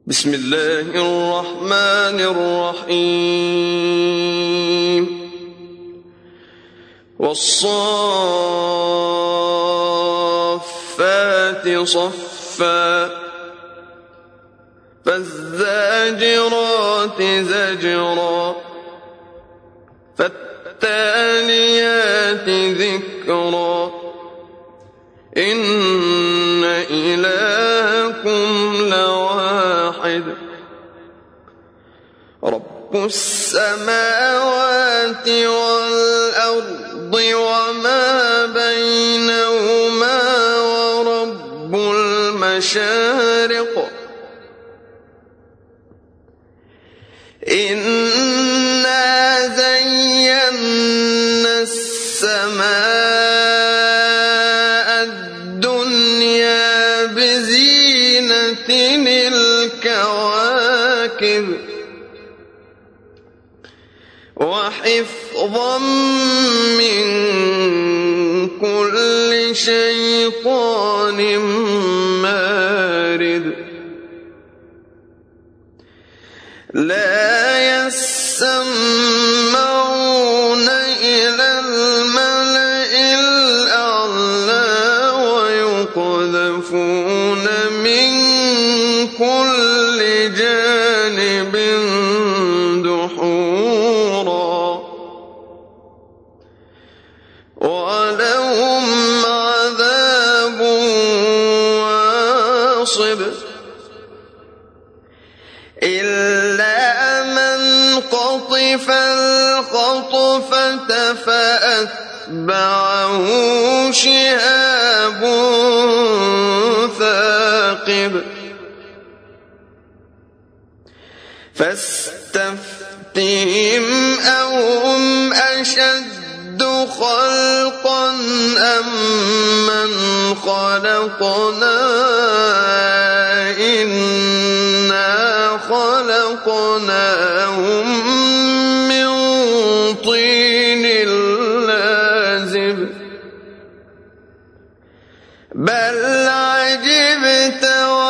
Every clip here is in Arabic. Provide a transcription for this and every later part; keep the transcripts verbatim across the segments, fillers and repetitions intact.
بسم الله الرحمن الرحيم والصافات صفا فالزاجرات زجرا فالتاليات ذكرا إن إلهكم لواحد رب السماوات والأرض وما بينهما ورب المشارق إنا زينا السماء الدنيا بزينة الكواكب وحفظا من كل شيطان مارد لا يسمعون إلى الملأ الأعلى ويقذفون من كل جانب دحورا ولهم عذاب واصب إلا من قطف الخطفة فأتبعه شهاب ثاقب فاستفتهم أهم أشد خلقا أم من خلقنا إنا خلقناهم من طين لازب بل عجبت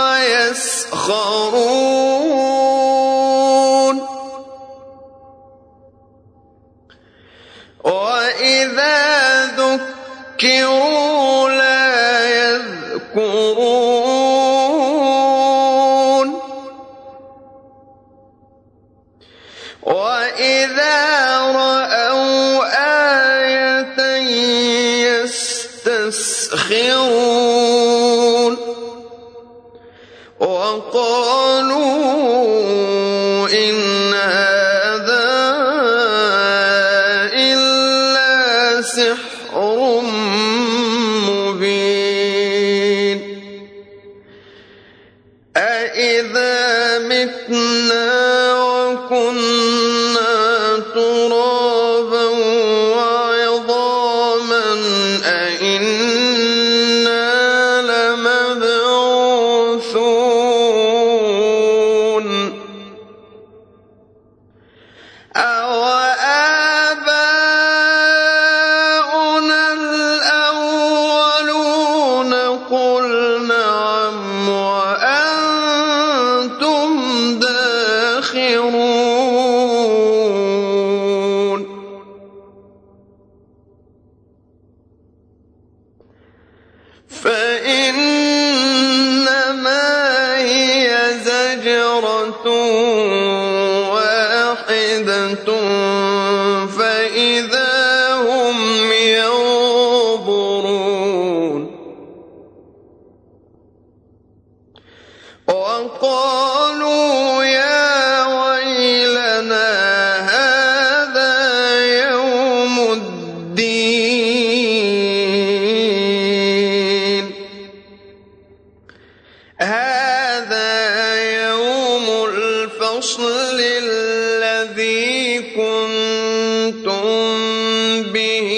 ويسخرون وإذا ذكروا لا يذكرون وإذا رأوا آية يستسخرون وقالوا إن هذا إلا سحر مبين أإذا متنا وكنا ترابا وعظاما أإنا لمبعوثون أوآباؤنا الأولون قل نعم وأنتم داخرون فإنما هي زجرة واحدة فإذا هم ينظرون وقالوا يا ويلنا هذا يوم الدين هذا يوم الفصل الذي كنتم به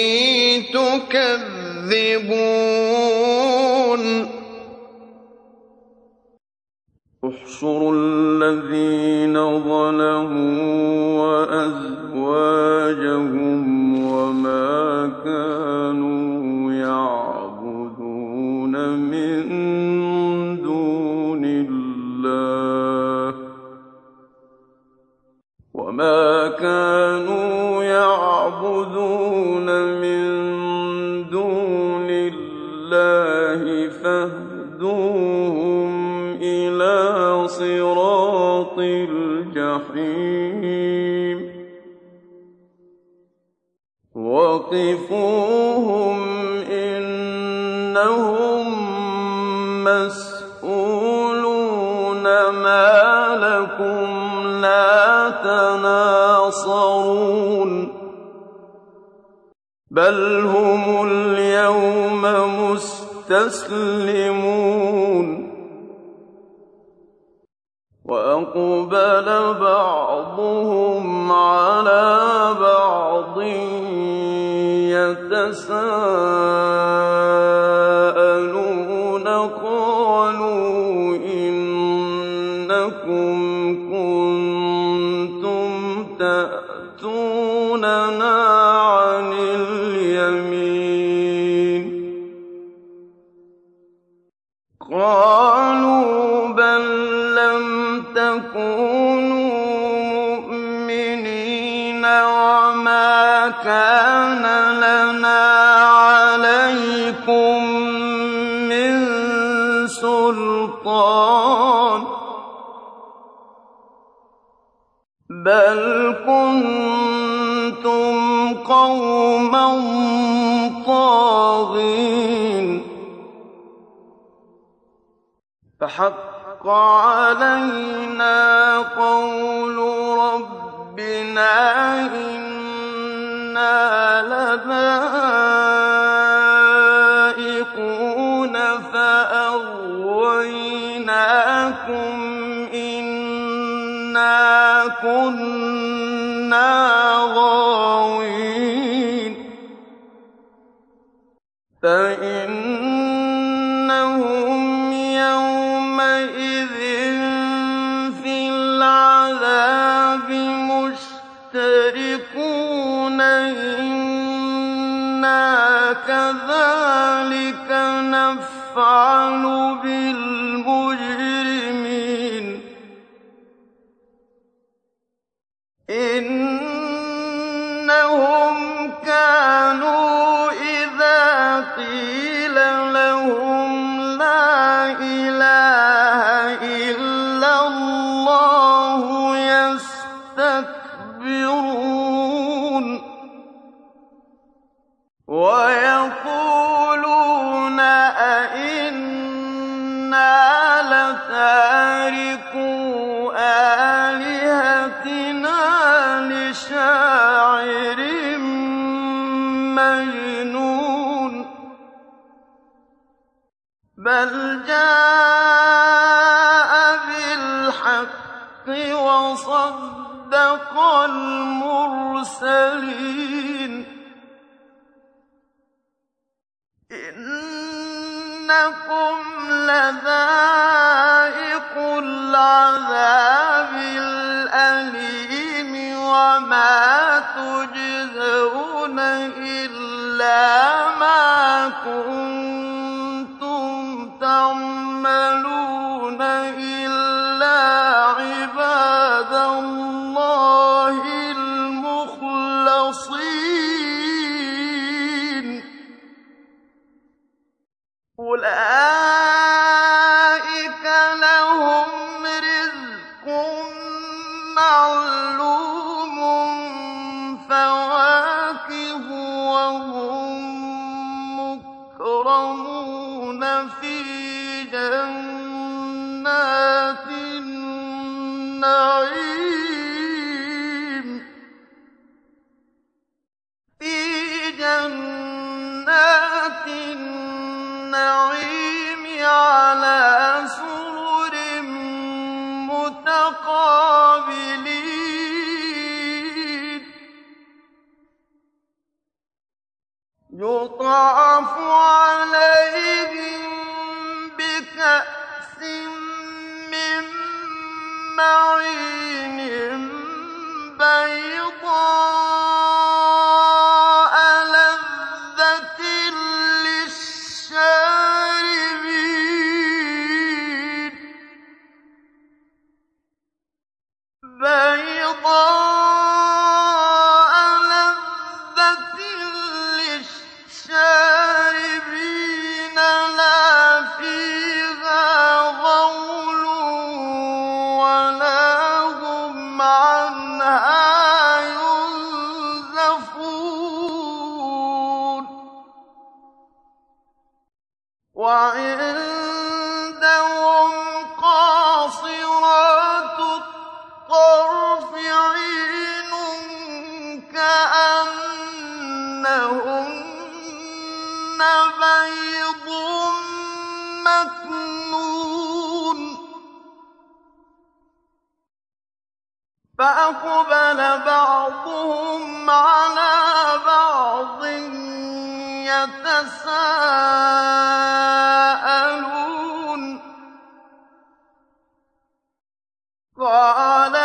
تكذبون احشروا الذين ظلموا وأزواجهم وما كانوا يعبدون من دون الله وما كانوا يعبدون من دون الله فاهدوهم إلى صراط الجحيم وقفوهم إنهم مسئولون ما لكم لا تناصرون بل هم اليوم مستسلمون وأقبل بعضهم على بعض يتساءلون قالوا إنكم كنتم تأتوننا عن اليمين قالوا بل لم تكونوا مؤمنين وما كان لنا عليكم من سلطان بل كنتم قوما طاغين فحق علينا قول ربنا إنا لذائقون فأغويناكم إنا كنا غاوين فإنهم يومئذ في العذاب مشتركون إنا كذلك نفعل بالمجرمين إنهم كانوا إذا قيل لهم لا إله إلا الله يستكبرون ويقولون أئنا لتاركو آلهتنا لشاعر مجنون بل جاء بالحق وصدق المرسلين إنكم لذائق العذاب الأليم وما تجزون إلا ما كنتم تعملون إلا عباد الله المخلصين أولئك لهم رزق معلوم فواكه وهم مكرمون في جنات النعيم في جنات النعيم على سرر متقابلين يطاف عليهم بكأس من معين بيضاء لذة للشاربين بيضاء فأقبل بعضهم على بعض يتساءلون قال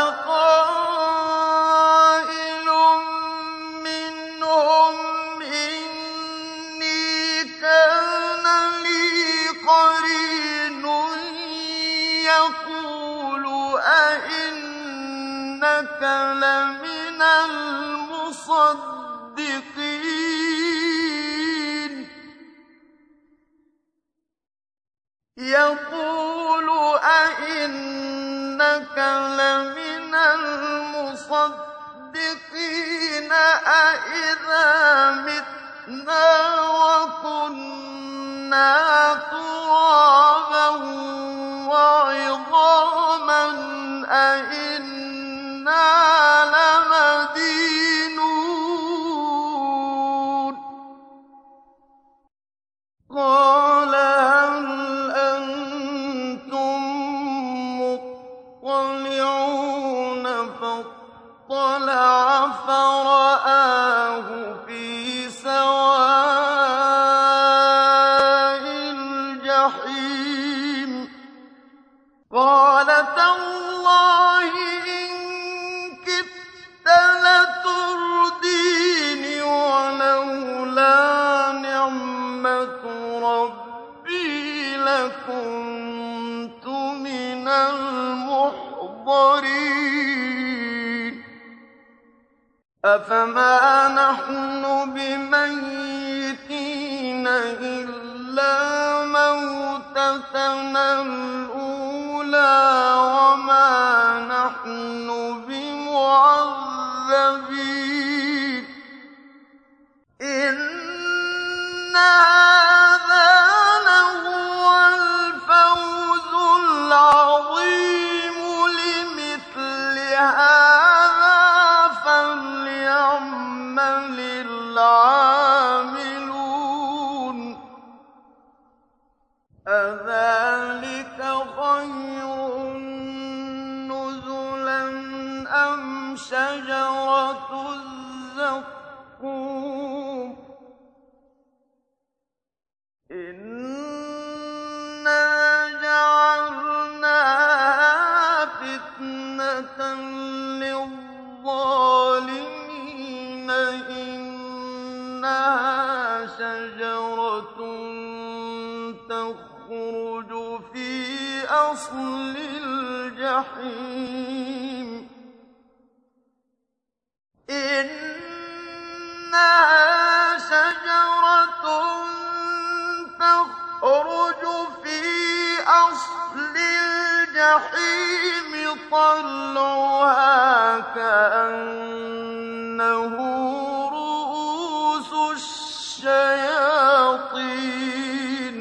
قائل منهم إني كان لي قرين يقول أئنك لمن المصدقين يقول أئنك لمن المصدقين أئذا متنا وكنا ترابا وعظاما أئنا لمدينون قال هل أنتم مطلعون فاطلع فرآه في سواء الجحيم قال تالله إن كدت لتردين ولولا نعمة ربي لكنت من المحضرين أفما نحن بميتين إلا موتتنا الأولى وما نحن بمعذبين إن هذا لهو الفوز العظيم لمثل هذا فليعمل العاملون أذلك خير نزلا أم شجرة الزقوم إنا جعلناها فتنة للظالمين إنها شجرة تخرج في أصل الجحيم إنها شجرة تخرج في أصل الجحيم طلعها كأنه رؤوس الشياطين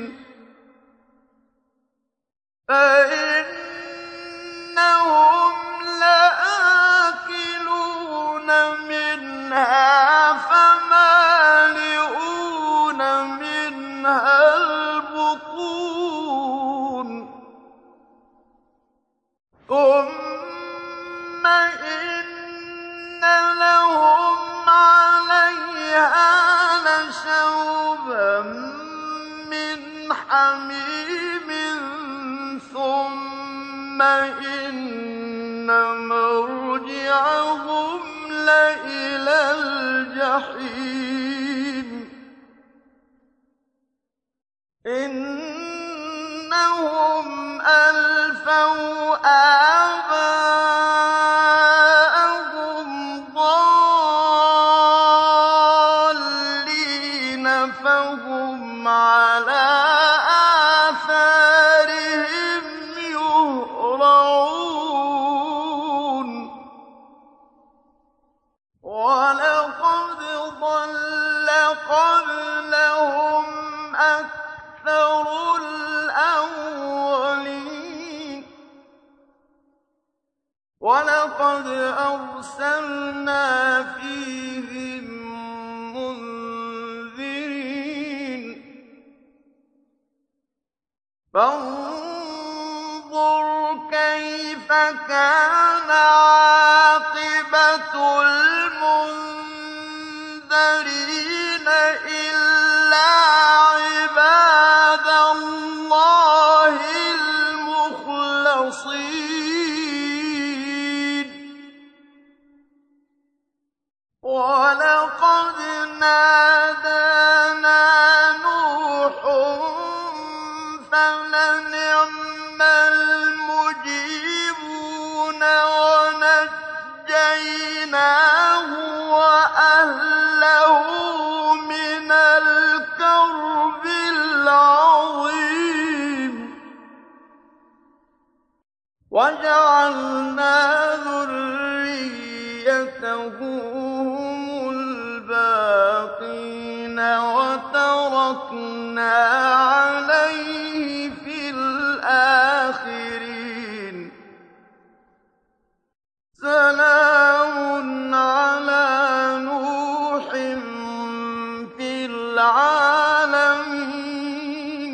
فإنهم لآكلون منها فمالئون منها البطون ثم إن لهم عليها لشوبا من حميم ثم إن مرجعهم لإلى الجحيم إنهم ألفوا آباءهم ضالين فهم على آثارهم يهرعون ولقد ضل قبلهم أكثر الأولين ولقد أرسلنا فيهم منذرين فانظر كيف كان عاقبة الْمُنذَرِينَ إِلَّا عِبَادَ اللَّهِ الْمُخْلَصِينَ وَلَقَدْ نَادَانَا نُوحٌ فَلَنِعْمَ الْمُجِيبُونَ وَنَجَّيْنَاهُ وَأَهْلَهُ مِنَ الْكَرْبِ الْعَظِيمِ وَجَعَلْنَا ذُرِّيَّتَهُ هُمُ الْبَاقِينَ وَتَرَكْنَا عَلَيْهِ فِي الْآخِرِينَ سَلَامٌ عَلَىٰ نُوحٍ فِي الْعَالَمِينَ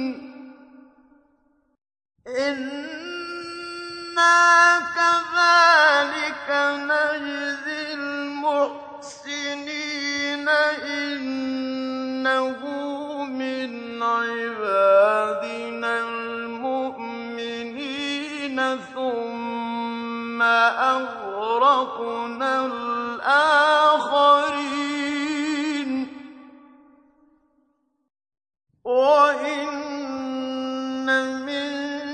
إِنَّا كَذَٰلِكَ نَجْزِي الْمُحْسِنِينَ إِنَّهُ مِنْ عِبَادِنَا الْمُؤْمِنِينَ ثُمَّ أَغْرَقْنَا الْآخَرِينَ وَإِنَّ مِن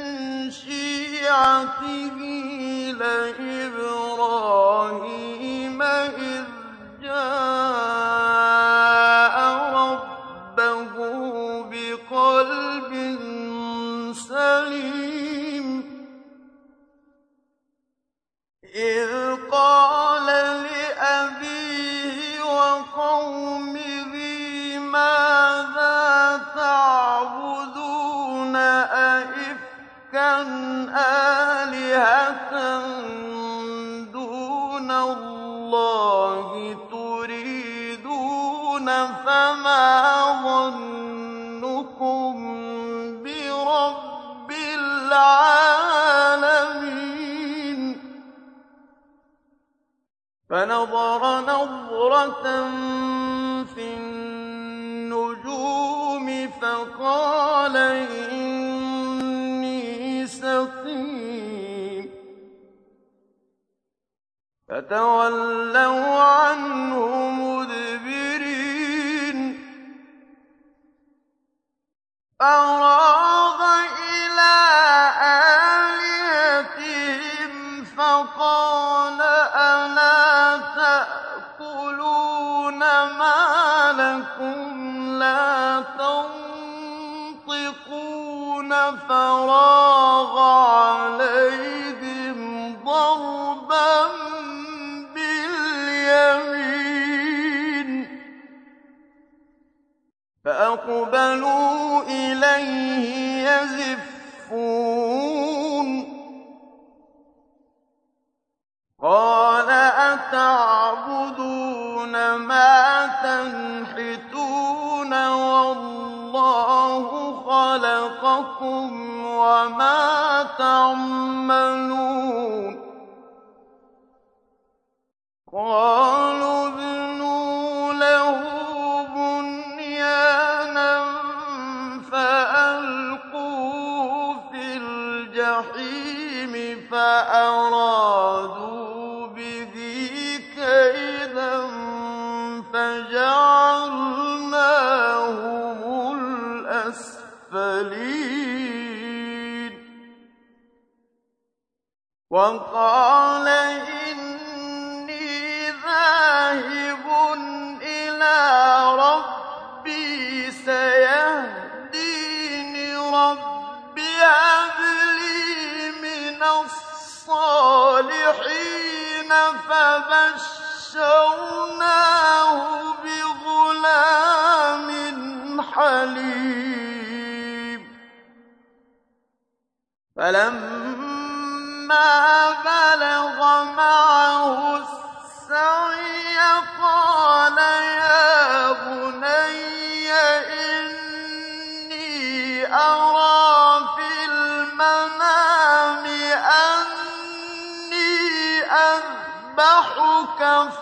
شِيعَتِهِ لَإِبْرَاهِيمَ إِذْ جَاءَ رَبَّهُ بِقَلْبٍ سَلِيمٍ إِذْ قَالَ لِأَبِيهِ وَقَوْمِهِ مَاذَا تَعْبُدُونَ أَئِفْكًا آلِهَةً دُونَ اللَّهِ تُرِيدُونَ فَمَا ظَنُّكُم بِرَبِّ الْعَالَمِينَ فَنَظَرَ نَظْرَةً فِي النُّجُومِ فَقَالَ إِنِّي سَقِيمٌ فَتَوَلَّوْا عَنْهُ مُدْبِرِينَ فَرَاغَ إِلَىٰ آلِهَتِهِمْ فَقَالَ أَلَا تَأْكُلُونَ مَا لَكُمْ لَا تَنطِقُونَ فَرَاغَ عَلَيْهِمْ ضَرْبًا بِالْيَمِينِ فَأَقْبَلُوا إِلَيْهِ يَزِفُّونَ قَالَ أَتَعْبُدُونَ مَا تَنْحِتُونَ وَاللَّهُ خَلَقَكُمْ وَمَا تَعْمَلُونَ قَالُوا ابْنُوا لَهُ بُنْيَانًا فَأَلْقُوهُ فِي الْجَحِيمِ فَأَرَادُوا بِهِ كَيْدًا فَجَعَلْنَاهُمُ الْأَسْفَلِينَ وَقَالَ إِنِّي ذَاهِبٌ إِلَىٰ رَبِّي سَيَهْدِينِ رَبِّ هَبْ لِي مِنَ الصَّالِحِينَ فَبَشَّرْنَاهُ بِغُلَامٍ حَلِيمٍ فَلَمَّا بَلَغَ مَعَهُ السَّعْيَ قَالَ يَا بُنَيَّ إِنِّي أَرَىٰ فِي الْمَنَامِ أَنِّي أَذْبَحُكَ نذبحك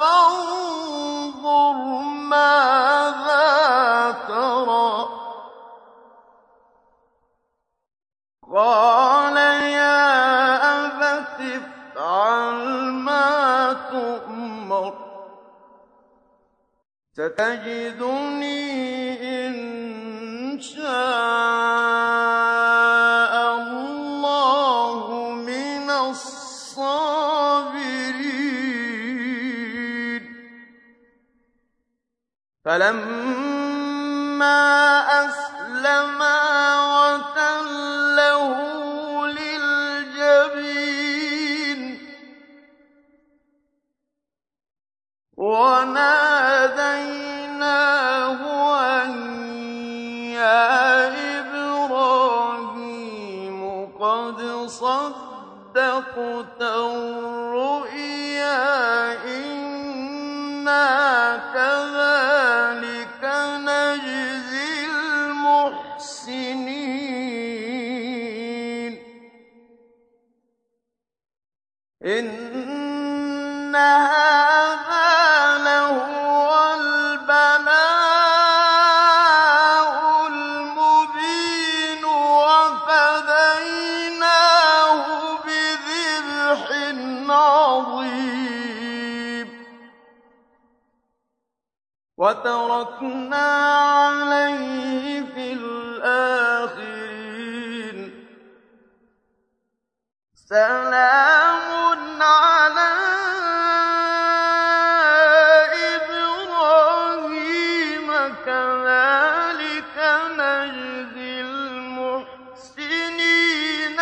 فانظر ماذا ترى قال يا أبت افعل ما تؤمر ستجدني إن شاء الله من الصابرين فلما أسلما وتله للجبين وناديناه أن يا إبراهيم قد صدقت الرؤيا إنا كذلك نجزي المحسنين إن هذا لهو البلاء المبين وفديناه بذبح عظيم وتركنا عليه في الآخرين سلام على إبراهيم كذلك نجزي المحسنين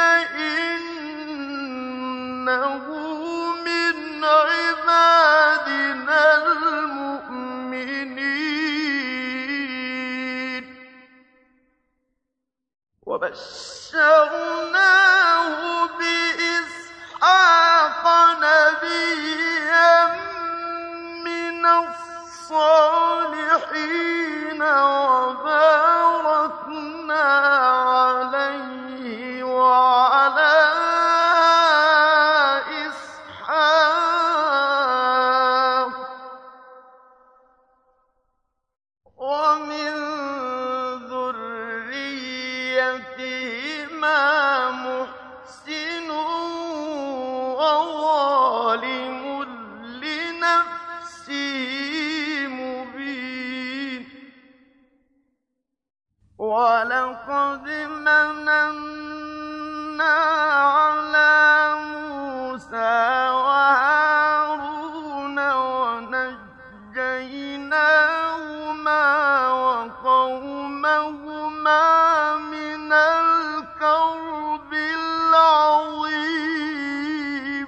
إنه من عبادنا المؤمنين وبشرناه بإسحاق نبيا من الصالحين وباركنا عليه وعلى إسحاق ومن ذريتهما محسن وظالم لنفسه مبين ولقد مننا على موسى وهارون ونجيناهما وقومهما من الكرب العظيم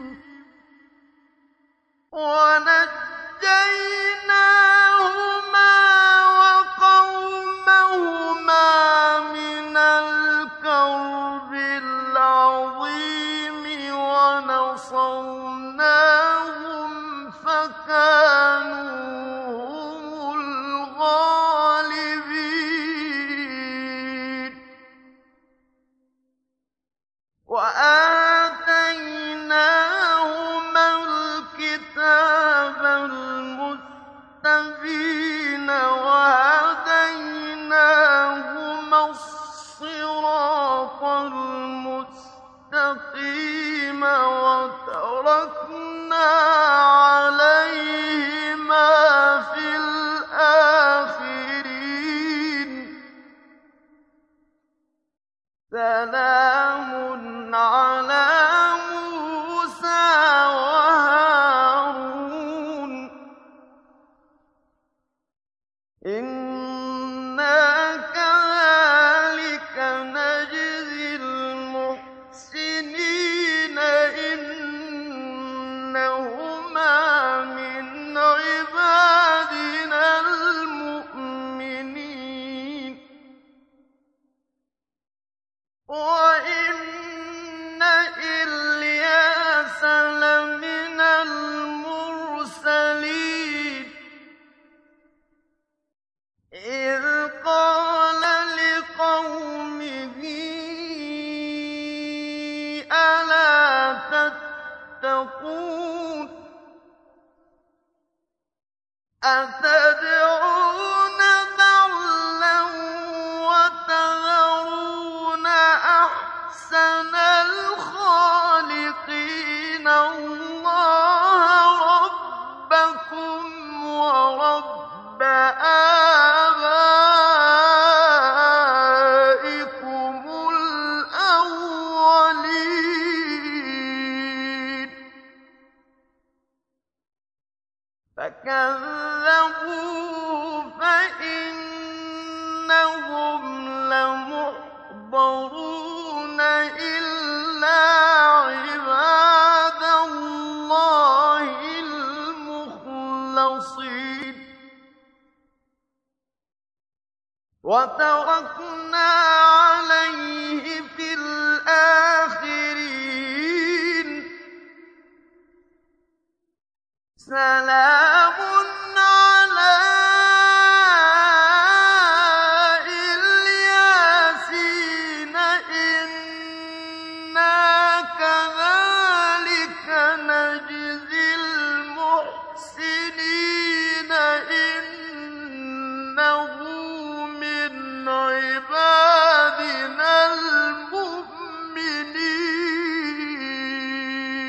ونجيناهما وقومهما من الكرب العظيم ونصرناهم فكانوا هم الغالبين وآتيناهما الكتاب المستبين وهديناهما الصراط المستقيم وتركنا عليهما في الآخرين سلام على موسى وهارون إنا كذلك نجزي المحسنين إنهما من عبادنا المؤمنين وإن إلياس لمن المرسلين إذ قال لقومه ألا تتقون أَتَدْعُونَ بَعْلًا وَتَذَرُونَ أَحْسَنَ الْخَالِقِينَ اللَّهَ رَبَّكُمْ وَرَبَّ آبَائِكُمُ الْأَوَّلِينَ فَكَذَّبُوهُ فَإِنَّهُمْ لَمُحْضَرُونَ إِلَّا عِبَادَ اللَّهِ الْمُخْلَصِينَ وَتَرَكْنَا عَلَيْهِ فِي الْآخِرِينَ سَلَامٌ عَلَىٰ إِلْ يَاسِينَ إِنَّا كَذَٰلِكَ نَجْزِي الْمُحْسِنِينَ إِنَّهُ مِنْ عِبَادِنَا الْمُؤْمِنِينَ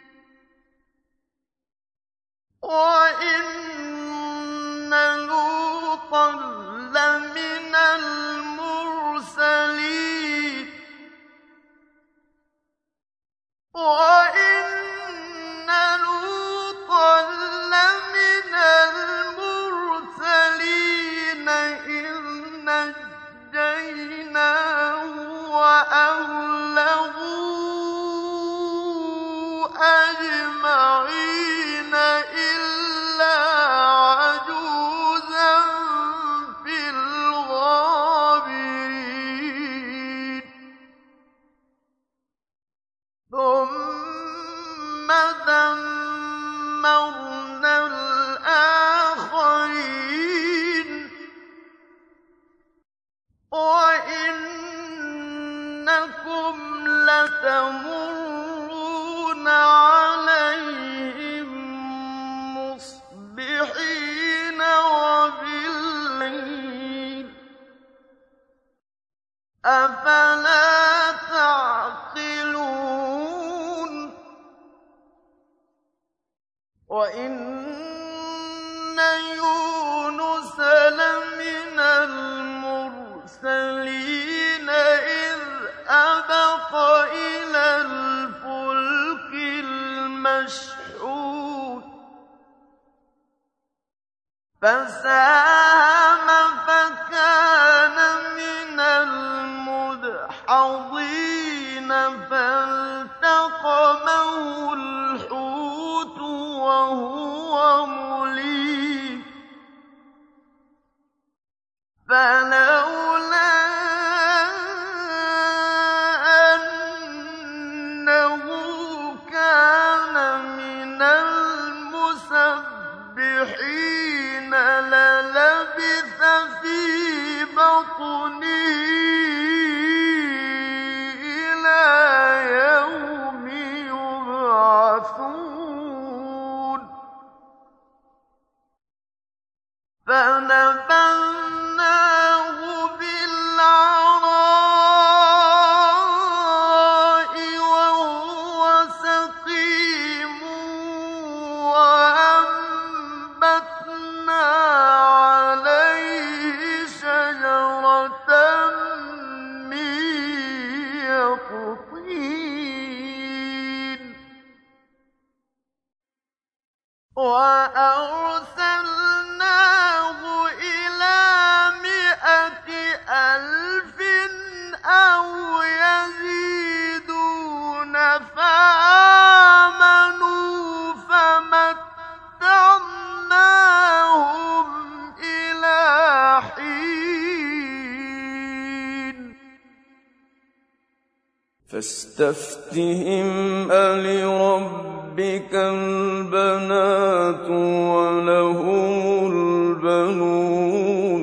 وَإِنَّ لُوطًا لَّمِنَ الْمُرْسَلِينَ وَإِنَّ لُوطًا لَّمِنَ الْمُرْسَلِينَ إِذْ نَجَّيْنَاهُ وَأَهْلَهُ أَجْمَعِينَ إِلَّا عَجُوزًا فِي الْغَابِرِينَ ثُمَّ دَمَّرْنَا الْآخَرِينَ وَإِنَّكُمْ لَتَمُرُّونَ عَلَيْهِم مُّصْبِحِينَ وَبِاللَّيْلِ ۗ أَفَلَا تَعْقِلُونَ وَإِنَّ يُونُسَ لَمِنَ الْمُرْسَلِينَ إِذْ أَبَقَ إِلَى الْفُلْكِ الْمَشْحُونِ فَسَاهَمَ فَكَانَ مِنَ الْمُدْحَضِينَ فَالْتَقَمَهُ الْحُوتُ وَهُوَ مُلِيمٌ فَلَوْلَا أَنَّهُ كَانَ مِنَ الْمُسَبِّحِينَ لَلَبِثَ فِي بَطْنِهِ إِلَىٰ يَوْمِ يُبْعَثُونَ فَنَبَذْنَاهُ بِالْعَرَاءِ وَهُوَ سَقِيمٌ وَأَنبَتْنَا عَلَيْهِ شَجَرَةً مِّن يَقْطِينٍ وَأَرْسَلْنَاهُ إِلَىٰ مِائَةِ أَلْفٍ أَوْ يَزِيدُونَ فَآمَنُوا فَمَتَّعْنَاهُمْ إِلَىٰ حِينٍ فَاسْتَفْتِهِمْ أَلِرَبِّكَ الْبَنَاتُ وَلَهُمُ الْبَنُونَ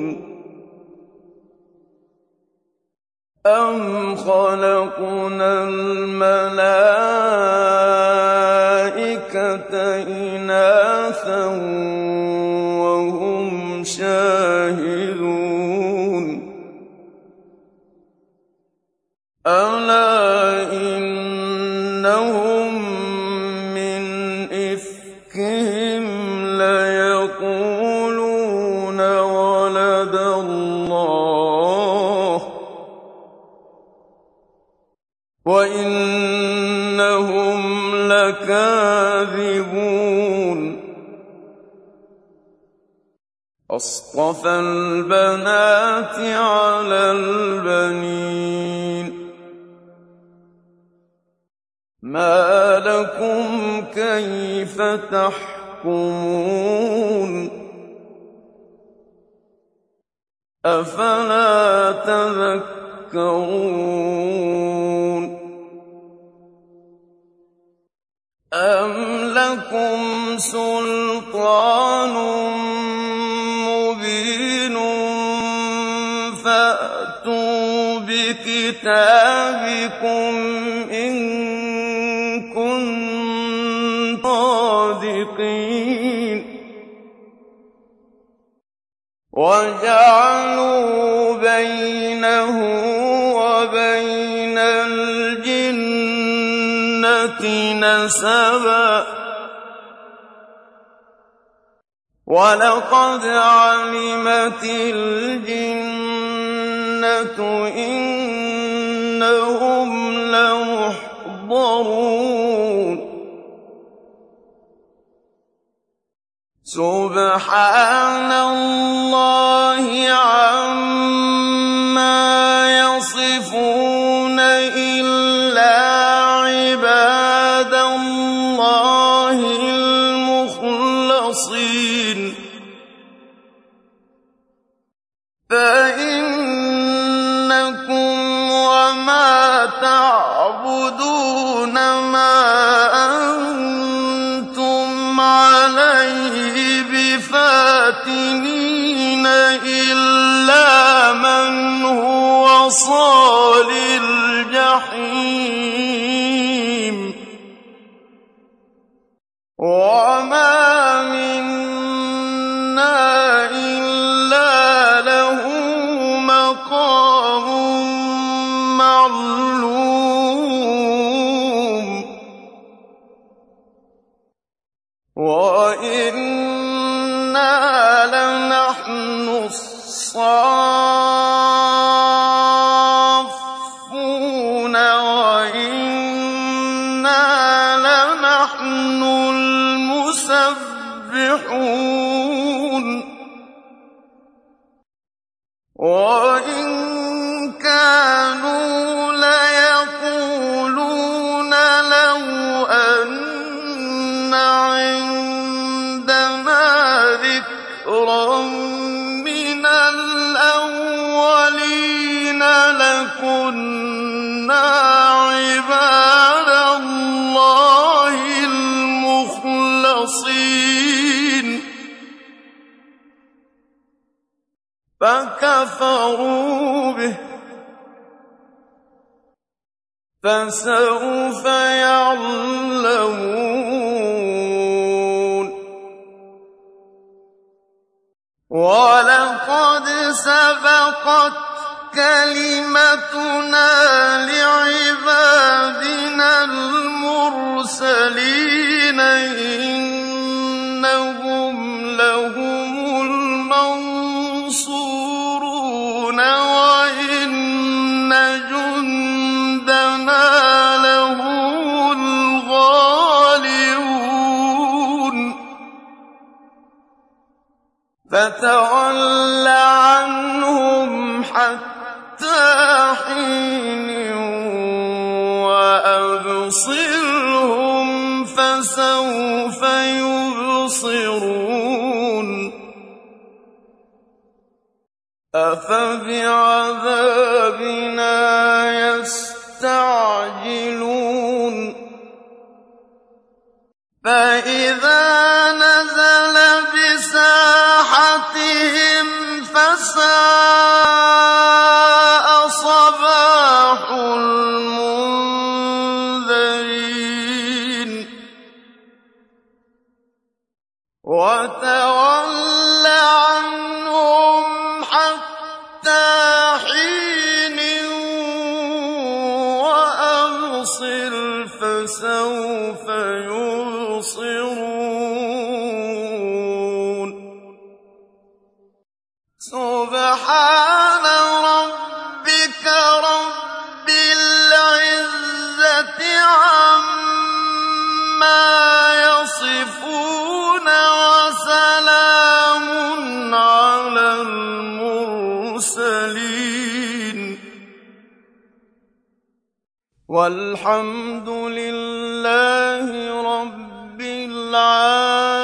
أَمْ خَلَقْنَا الْمَلَائِكَةَ إِنَاثًا لكاذبون أصطفى البنات على البنين ما لكم كيف تحكمون أفلا تذكرون أم لكم سلطان مبين فأتوا بكتابكم إن كنتم صادقين وجعلوا بينه وبين الجنة نسبا ولقد علمت الجنة إنهم لمحضرون سبحان الله عما يصفون إلا عباد الله المخلصين فإنكم وما تعبدون ما أنتم عليه بفاتنين إلا من هو صال الجحيم وما منا إلا له مقام معلوم وإنا لنحن الصافون وإنا لنحن المسبحون وإن كانوا ليقولون لو أن عندنا ذكرا من الأولين لكنا عباد الله المخلصين فكفروا به فسوف يعلمون ولقد سبقت كلمتنا لعبادنا المرسلين إنهم لهم المنصورون وإن جندنا لهم الغالبون فتول عنهم حتى حين وأبصرهم فسوف يبصرون أفبعذابنا يستعجلون فإذا نزل بساحتهم فساء صباح المنذرين وتول عنهم حتى حين وأبصر فسوف يبصرون سبحان ربك رب العزة عما والحمد لله رب العالمين.